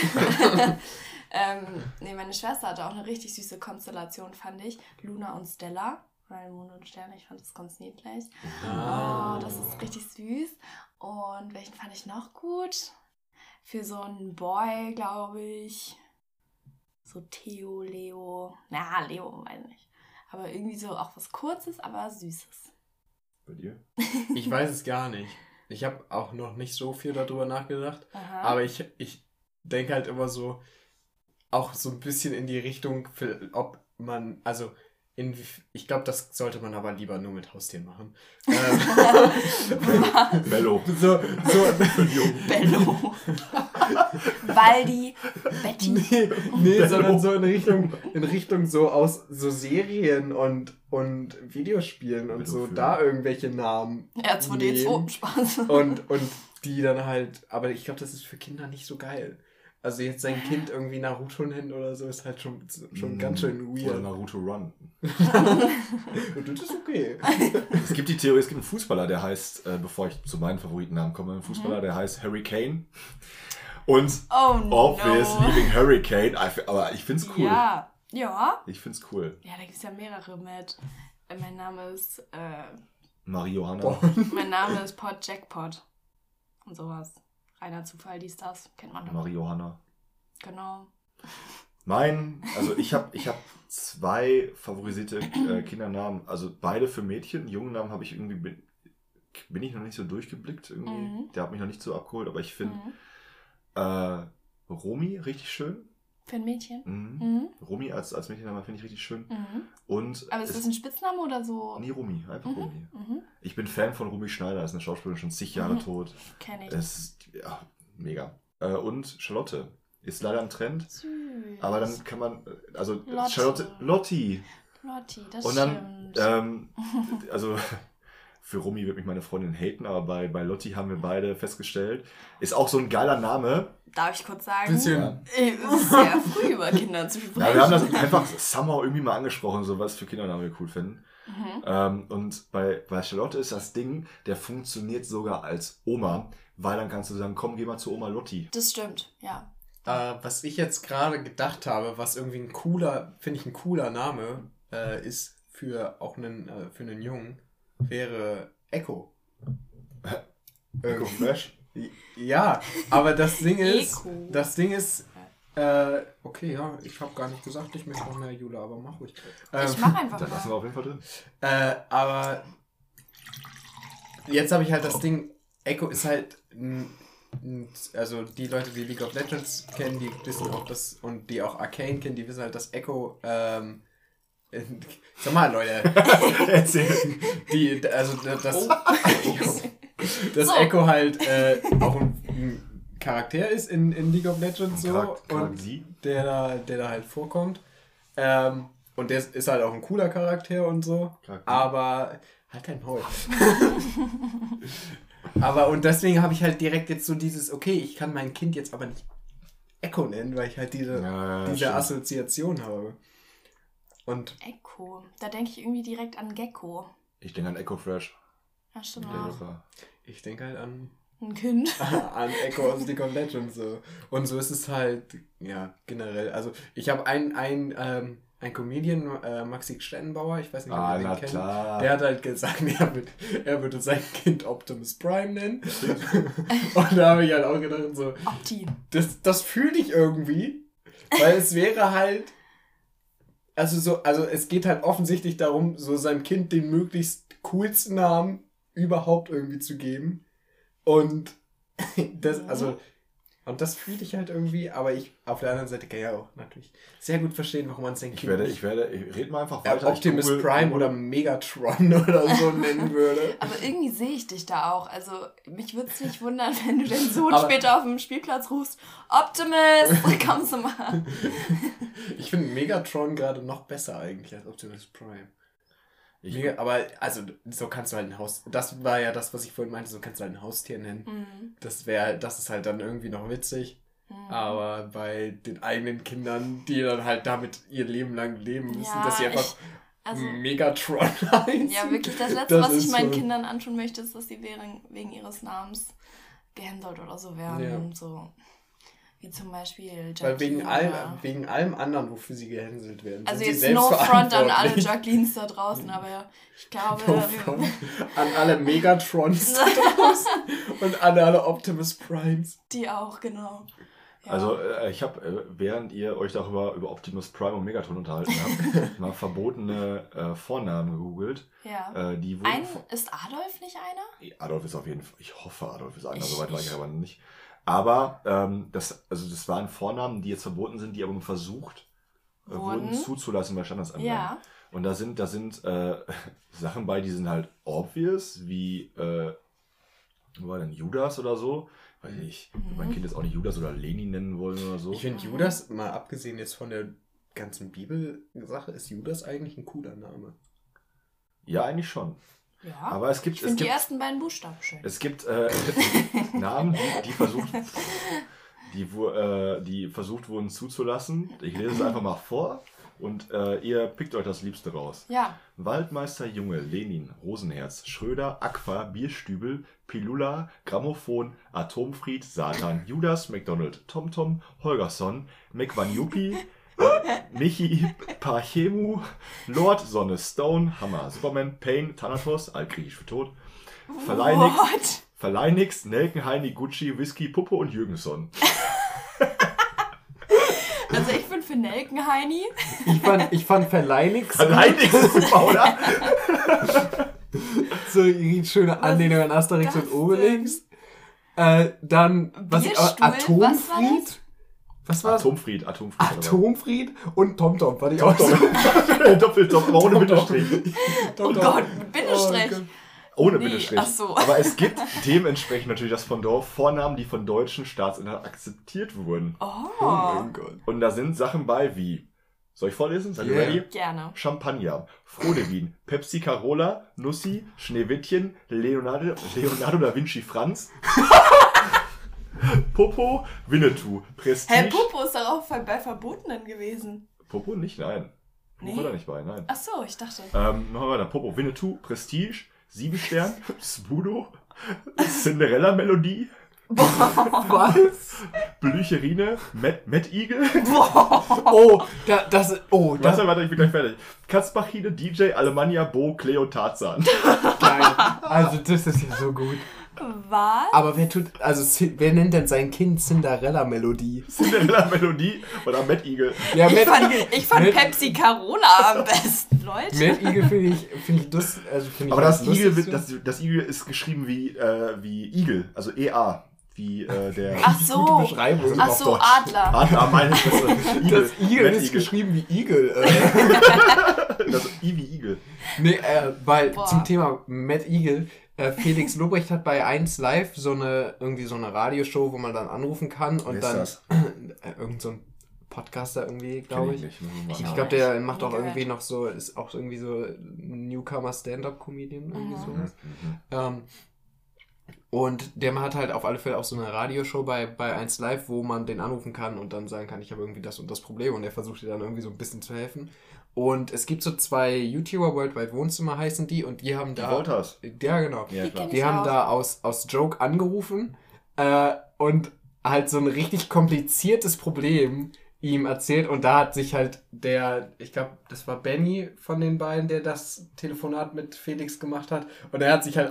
meine Schwester hatte auch eine richtig süße Konstellation, fand ich. Luna und Stella. Weil Mond und Sterne, ich fand das ganz niedlich. Oh, das ist richtig süß. Und welchen fand ich noch gut? Für so einen Boy, glaube ich. So Theo, Leo. Na, Leo, weiß nicht. Aber irgendwie so auch was Kurzes, aber Süßes. Bei dir? Ich weiß es gar nicht. Ich habe auch noch nicht so viel darüber nachgedacht. Aha. Aber ich denke halt immer so, auch so ein bisschen in die Richtung, ob man, also ich glaube, das sollte man aber lieber nur mit Haustieren machen. Bello. So, Bello. Waldi, Betty. nee, sondern so in Richtung so aus so Serien und Videospielen und Bello so, für- da irgendwelche Namen R2D2, nehmen. Spaß. Und die dann halt, aber ich glaube, das ist für Kinder nicht so geil. Also jetzt sein Kind irgendwie Naruto nennen oder so, ist halt schon ganz schön Oder weird. Naruto Run. Und das ist okay. Es gibt die Theorie, es gibt einen Fußballer, der heißt, bevor ich zu meinen Favoritennamen komme, ein Fußballer, der heißt Harry Kane. Und Oh no. obviously wegen Hurricane, aber ich find's cool. Ja. Ja. Ich find's cool. Ja, da gibt es ja mehrere mit. Mein Name ist, Marie-Johanna. mein Name ist Pot Jackpot. Und sowas. Reiner Zufall, dies, das. Kennt man doch. Marie-Johanna. Genau. Also ich hab 2 favorisierte Kindernamen, also beide für Mädchen. Jungen Namen habe ich irgendwie, bin ich noch nicht so durchgeblickt irgendwie. Mhm. Der hat mich noch nicht so abgeholt, aber ich finde Romy richtig schön. Für ein Mädchen. Mhm. Romy als Mädchenname finde ich richtig schön. Mhm. Und Aber ist das ein Spitzname oder so? Nee, Romy, einfach Romy. Mhm. Ich bin Fan von Romy Schneider, ist eine Schauspielerin, schon zig Jahre tot. Kenn ich. Es ist, ja, mega. Und Charlotte ist leider ein Trend, Süß. aber dann kann man, also Lotte. Charlotte, Lotti. Lotti, das Und dann, stimmt. also für Romy wird mich meine Freundin haten, aber bei Lotti haben wir beide festgestellt, ist auch so ein geiler Name. Darf ich kurz sagen? Bisschen. Es ist sehr früh über Kinder zu sprechen. Ja, wir haben das einfach somehow irgendwie mal angesprochen, so was für Kindernamen wir cool finden. Und bei Charlotte ist das Ding, der funktioniert sogar als Oma, weil dann kannst du sagen, komm, geh mal zu Oma Lotti. Das stimmt, ja. Was ich jetzt gerade gedacht habe, was irgendwie ein cooler Name ist für auch für einen Jungen, wäre Echo. Echo Fresh. Ja, aber das Ding ist, Echo. okay, ja, ich habe gar nicht gesagt, ich möchte noch mehr Jula, aber mach ruhig. Ich mach einfach Da lassen wir mal. auf jeden Fall drin. Aber jetzt habe ich halt das Ding, Echo ist halt, also die Leute, die League of Legends kennen, die wissen auch das, und die auch Arcane kennen, die wissen halt, dass Echo, sag mal, Leute, Erzähl. dass So. Echo halt auch ein Charakter ist in League of Legends so, und sie? der da halt vorkommt. Und der ist halt auch ein cooler Charakter und so. Charakter. Aber halt dein Maul. Und deswegen habe ich halt direkt jetzt so dieses, okay, ich kann mein Kind jetzt aber nicht Echo nennen, weil ich halt diese stimmt. Assoziation habe. Und Echo. Da denke ich irgendwie direkt an Gecko. Ich denke an Echo Fresh. Ja, stimmt Der auch. Rapper. ich denke halt an Ein Kind. Echo aus League of Legends so. Und so ist es halt, ja, generell. Also ich habe einen Comedian, Maxi Stettenbauer, ich weiß nicht, ob ihr den na kennt. klar. Der hat halt gesagt, er würde sein Kind Optimus Prime nennen. Und da habe ich halt auch gedacht, so, Opti. das fühle ich irgendwie, weil es wäre halt, also es geht halt offensichtlich darum, so seinem Kind den möglichst coolsten Namen überhaupt irgendwie zu geben. Und das, also, Und das fühle ich halt irgendwie, aber ich auf der anderen Seite kann ja auch natürlich sehr gut verstehen, warum man es sein Kind Ich rede mal einfach weiter. Optimus Prime oder Megatron oder so nennen würde. Aber irgendwie sehe ich dich da auch. Also mich würde es nicht wundern, wenn du den Sohn später auf dem Spielplatz rufst, Optimus, kommst du mal. Ich finde Megatron gerade noch besser eigentlich als Optimus Prime. Aber also so kannst du halt ein Haus. Das war ja das, was ich vorhin meinte, so kannst du halt ein Haustier nennen. Mhm. Das ist halt dann irgendwie noch witzig. Mhm. Aber bei den eigenen Kindern, die dann halt damit ihr Leben lang leben müssen, dass sie einfach Megatron heißen. Ja, wirklich das Letzte, was ich meinen Kindern antun möchte, ist, dass sie wegen ihres Namens gehänselt oder so werden. Ja. So. Wie zum Beispiel Jacqueline. Weil wegen allem anderen, wofür sie gehänselt werden. Also jetzt no front an alle Jacquelines da draußen, aber ich glaube... No front an alle Megatrons da draußen und an alle Optimus Primes. Die auch, genau. Ja. Also ich habe, während ihr euch darüber über Optimus Prime und Megatron unterhalten habt, mal verbotene Vornamen gegoogelt. Ja. Ist Adolf nicht einer? Adolf ist auf jeden Fall, ich hoffe Adolf ist einer, soweit war ich aber nicht. Aber das waren Vornamen, die jetzt verboten sind, die aber nur versucht wurden zuzulassen bei Standesamtern. Ja. Und da sind Sachen bei, die sind halt obvious, wie wo war denn Judas oder so? Weiß ich, mein Kind jetzt auch nicht Judas oder Lenin nennen wollen oder so. Ich finde Judas, mal abgesehen jetzt von der ganzen Bibel-Sache, ist Judas eigentlich ein cooler Name. Ja, eigentlich schon. Ja, aber ich finde die ersten beiden Buchstaben schön. Es gibt Namen, die versucht wurden zuzulassen. Ich lese es einfach mal vor und ihr pickt euch das Liebste raus. Ja. Waldmeister Junge, Lenin, Rosenherz, Schröder, Aqua, Bierstübel, Pilula, Grammophon, Atomfried, Satan, Judas, McDonald, TomTom, Holgersson, McVanjupi, Michi, Parchemu, Lord, Sonne, Stone, Hammer, Superman, Pain, Thanatos, altgriechisch für tot, Verleinix, Nelken, Heini, Gucci, Whisky, Puppe und Jürgensson. Also ich bin für Nelken, Heini. Ich fand Verleinix. Verleinix ist super, oder? So eine schöne Anlehnung an Asterix und Obelix. Dann, Atomfried. Was war Atomfried. Atomfried und TomTom fand ich auch so. Doppeltom, aber ohne Bindestrich. Oh Gott, mit Bindestrich. Ohne Bindestrich. Ach so. Aber es gibt dementsprechend natürlich das Pendant Vornamen, die von deutschen Staatsinhalten akzeptiert wurden. Oh mein Gott. Und da sind Sachen bei wie, soll ich vorlesen? Seid ihr ready? Gerne. Champagner, Frodewin, Pepsi Carola, Nussi, Schneewittchen, Leonardo da Vinci Franz, Popo, Winnetou, Prestige. Popo ist doch auch bei Verbotenen gewesen. Popo nicht? Nein. Popo war da nicht bei, nein. Ach so, ich dachte. Machen wir weiter. Popo, Winnetou, Prestige, 7 Stern, Spudo, Cinderella-Melodie. Was? Blücherine, Mad Eagle. Warte, ich bin gleich fertig. Katzbachine, DJ, Alemannia, Bo, Cleo, Tarzan. Nein, also das ist ja so gut. Was? Aber wer nennt denn sein Kind Cinderella-Melodie? Cinderella-Melodie oder Mad Eagle? Ja, ich fand Pepsi Carola am besten, Leute. Mad Eagle finde ich das. Aber das Eagle ist geschrieben wie Igel, also EA. Wie der Ach so, gute Beschreibung Ach so, Adler. Adler, meine Fresse. Das Igel ist geschrieben wie Igel. Das I wie Igel. Nee, weil zum Thema Mad Eagle, Felix Lobrecht hat bei 1 Live so eine Radioshow, wo man dann anrufen kann und dann irgend so ein Podcaster irgendwie, glaube ich. Ich glaube, der macht auch irgendwie noch so, ist auch irgendwie so Newcomer Stand-Up-Comedian, irgendwie sowas. Und der hat halt auf alle Fälle auch so eine Radioshow bei 1 Live, wo man den anrufen kann und dann sagen kann, ich habe irgendwie das und das Problem und der versucht dir dann irgendwie so ein bisschen zu helfen. Und es gibt so 2 YouTuber, Worldwide Wohnzimmer heißen die, und die haben da... Die Wolters. Ja, genau. Ja, die haben da aus Joke angerufen und halt so ein richtig kompliziertes Problem ihm erzählt, und da hat sich halt ich glaube, das war Benny von den beiden, der das Telefonat mit Felix gemacht hat, und er hat sich halt auch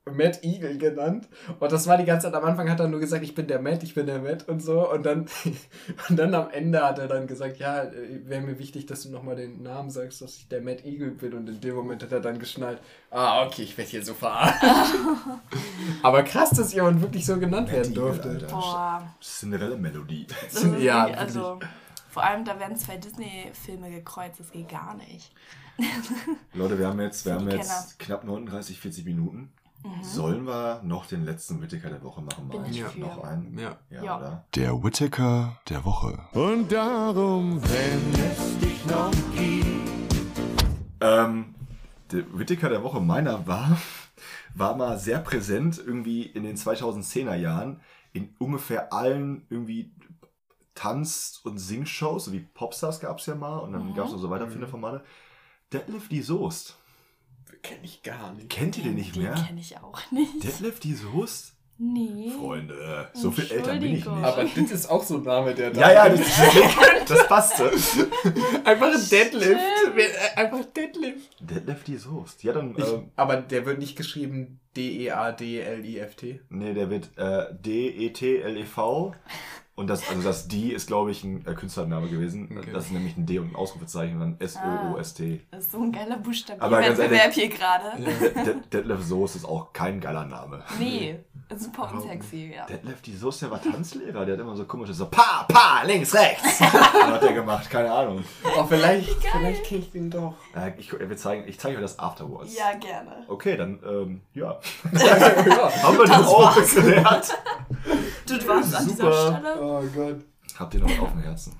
Mad Eagle genannt. Und das war die ganze Zeit, am Anfang hat er nur gesagt, ich bin der Matt und so. Und dann am Ende hat er dann gesagt, ja, wäre mir wichtig, dass du nochmal den Namen sagst, dass ich der Mad Eagle bin. Und in dem Moment hat er dann geschnallt, okay, ich werde hier so verarscht. Aber krass, dass jemand wirklich so genannt werden durfte. Alter. Boah. Cinderella-Melodie. Das ist Ja, wirklich, also, vor allem, da werden 2 Disney-Filme gekreuzt, das geht gar nicht. Leute, wir haben jetzt Kenner. knapp 39, 40 Minuten. Sollen wir noch den letzten Whittaker der Woche machen? Bin ich für. Noch einen? Ja. Oder? Der Whittaker der Woche. Und darum, wenn es dich noch gibt. Der Whittaker der Woche meiner war mal sehr präsent irgendwie in den 2010er Jahren in ungefähr allen irgendwie Tanz- und Singshows, so wie Popstars gab es ja mal und dann gab es noch so weiterführende Formate. Detlef die Soest. Kenn ich gar nicht. Kennt ihr den nicht mehr? Den kenne ich auch nicht. Detlef die Soest? Nee. Freunde, so viel älter bin ich Entschuldigung. nicht. Aber das ist auch so ein Name, der da... Ja, das passte. Einfach ein Deadlift. Einfach Deadlift. Detlef die Soest. Ja, dann... Aber der wird nicht geschrieben D-E-A-D-L-I-F-T. nee, der wird D-E-T-L-E-V. Und das D ist, glaube ich, ein Künstlername gewesen. Okay. Das ist nämlich ein D und ein Ausrufezeichen und dann S-O-O-S-T. Das ist so ein geiler Aber ganz Buchstabenwettbewerb ehrlich- hier gerade. Detlef Soest ist auch kein geiler Name. Nee, super unsexy, ja. Detlef die Soest, der war Tanzlehrer. Der hat immer so komisches so Pa, links, rechts. hat der gemacht, keine Ahnung. Oh, vielleicht kenne ich den doch. Ich zeige euch das Afterwards. Ja, gerne. Okay, dann, ja. Ja. Haben wir den auch geklärt. Du warst an dieser Super. Stelle. Oh Gott. Habt ihr noch was auf dem Herzen?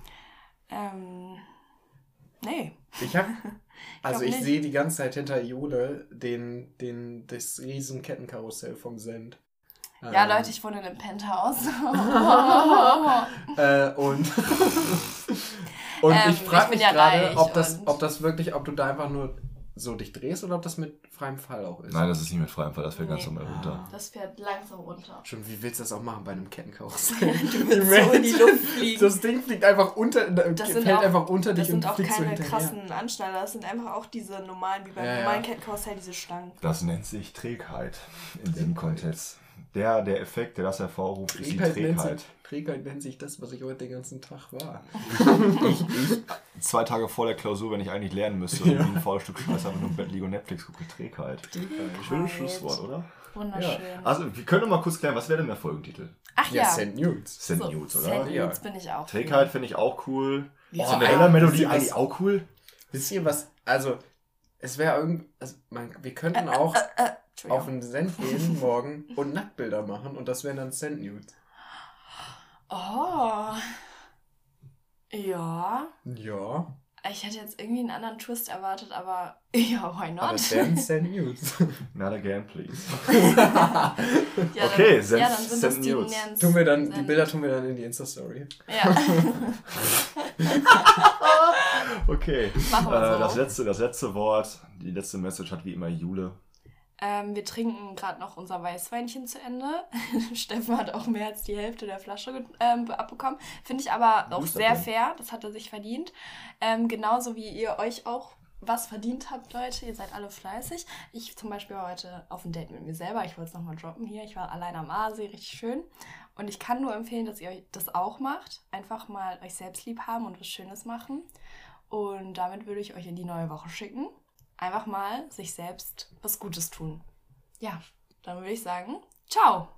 Nee. Also nicht. ich sehe die ganze Zeit hinter Jule das riesen Kettenkarussell vom Send. Ja, Leute, ich wohne in einem Penthouse. Und ich Ich frage bin mich ja gerade, reich ob du da einfach nur so dich drehst oder ob das mit freiem Fall auch ist. Nein, das ist nicht mit freiem Fall, das fällt ganz Nee. normal runter. Das fährt langsam runter. Schon, wie willst du das auch machen bei einem Kettenkarussell? Du willst so in die Luft fliegen. Das Ding fliegt einfach Das sind fällt auch- einfach unter Das dich und sind auch fliegst so keine hinterher. krassen Anschneider, das sind einfach auch diese normalen, wie beim Ja, ja. normalen Kettenkarussell, diese Stangen. Das nennt sich Trägheit in diesem Kontext. Der Effekt, der das hervorruft, ist die Trägheit. Trägheit nennt sich das, was ich heute den ganzen Tag war. Ich 2 Tage vor der Klausur, wenn ich eigentlich lernen müsste, und wie ein faules Stück Scheiße einfach nur im Bett liege und Netflix gucke, Trägheit. Schönes Schlusswort, oder? Wunderschön. Also, wir können noch mal kurz klären, was wäre denn der Folgentitel? Ach Ja, ja. Send Nudes. Send So, Nudes, oder? Send Ja. Nudes bin ich auch. Trägheit finde ich auch cool. Ja. Cinderella-Melodie wisst ihr eigentlich was? auch cool. Wisst ihr was? Also, es wäre wir könnten auch auf den Send gehen morgen und Nacktbilder machen und das wären dann Send Nudes. Oh. Ja. Ja, Ich hätte jetzt irgendwie einen anderen Twist erwartet, aber ja, why aber not? es wären Send Nudes. Not again, please. Ja, Okay, dann, Send- ja, dann sind das Send die Nudes. Nans. Die Bilder tun wir dann in die Insta-Story. Ja. Okay. Machen wir so. Das letzte Wort, die letzte Message hat wie immer Jule. Wir trinken gerade noch unser Weißweinchen zu Ende. Steffen hat auch mehr als die Hälfte der Flasche abbekommen. Finde ich aber auch sehr fair. Das hat er sich verdient. Genauso wie ihr euch auch was verdient habt, Leute. Ihr seid alle fleißig. Ich zum Beispiel war heute auf ein Date mit mir selber. Ich wollte es nochmal droppen hier. Ich war allein am Aasee, richtig schön. Und ich kann nur empfehlen, dass ihr euch das auch macht. Einfach mal euch selbst lieb haben und was Schönes machen. Und damit würde ich euch in die neue Woche schicken. Einfach mal sich selbst was Gutes tun. Ja, dann würde ich sagen, ciao!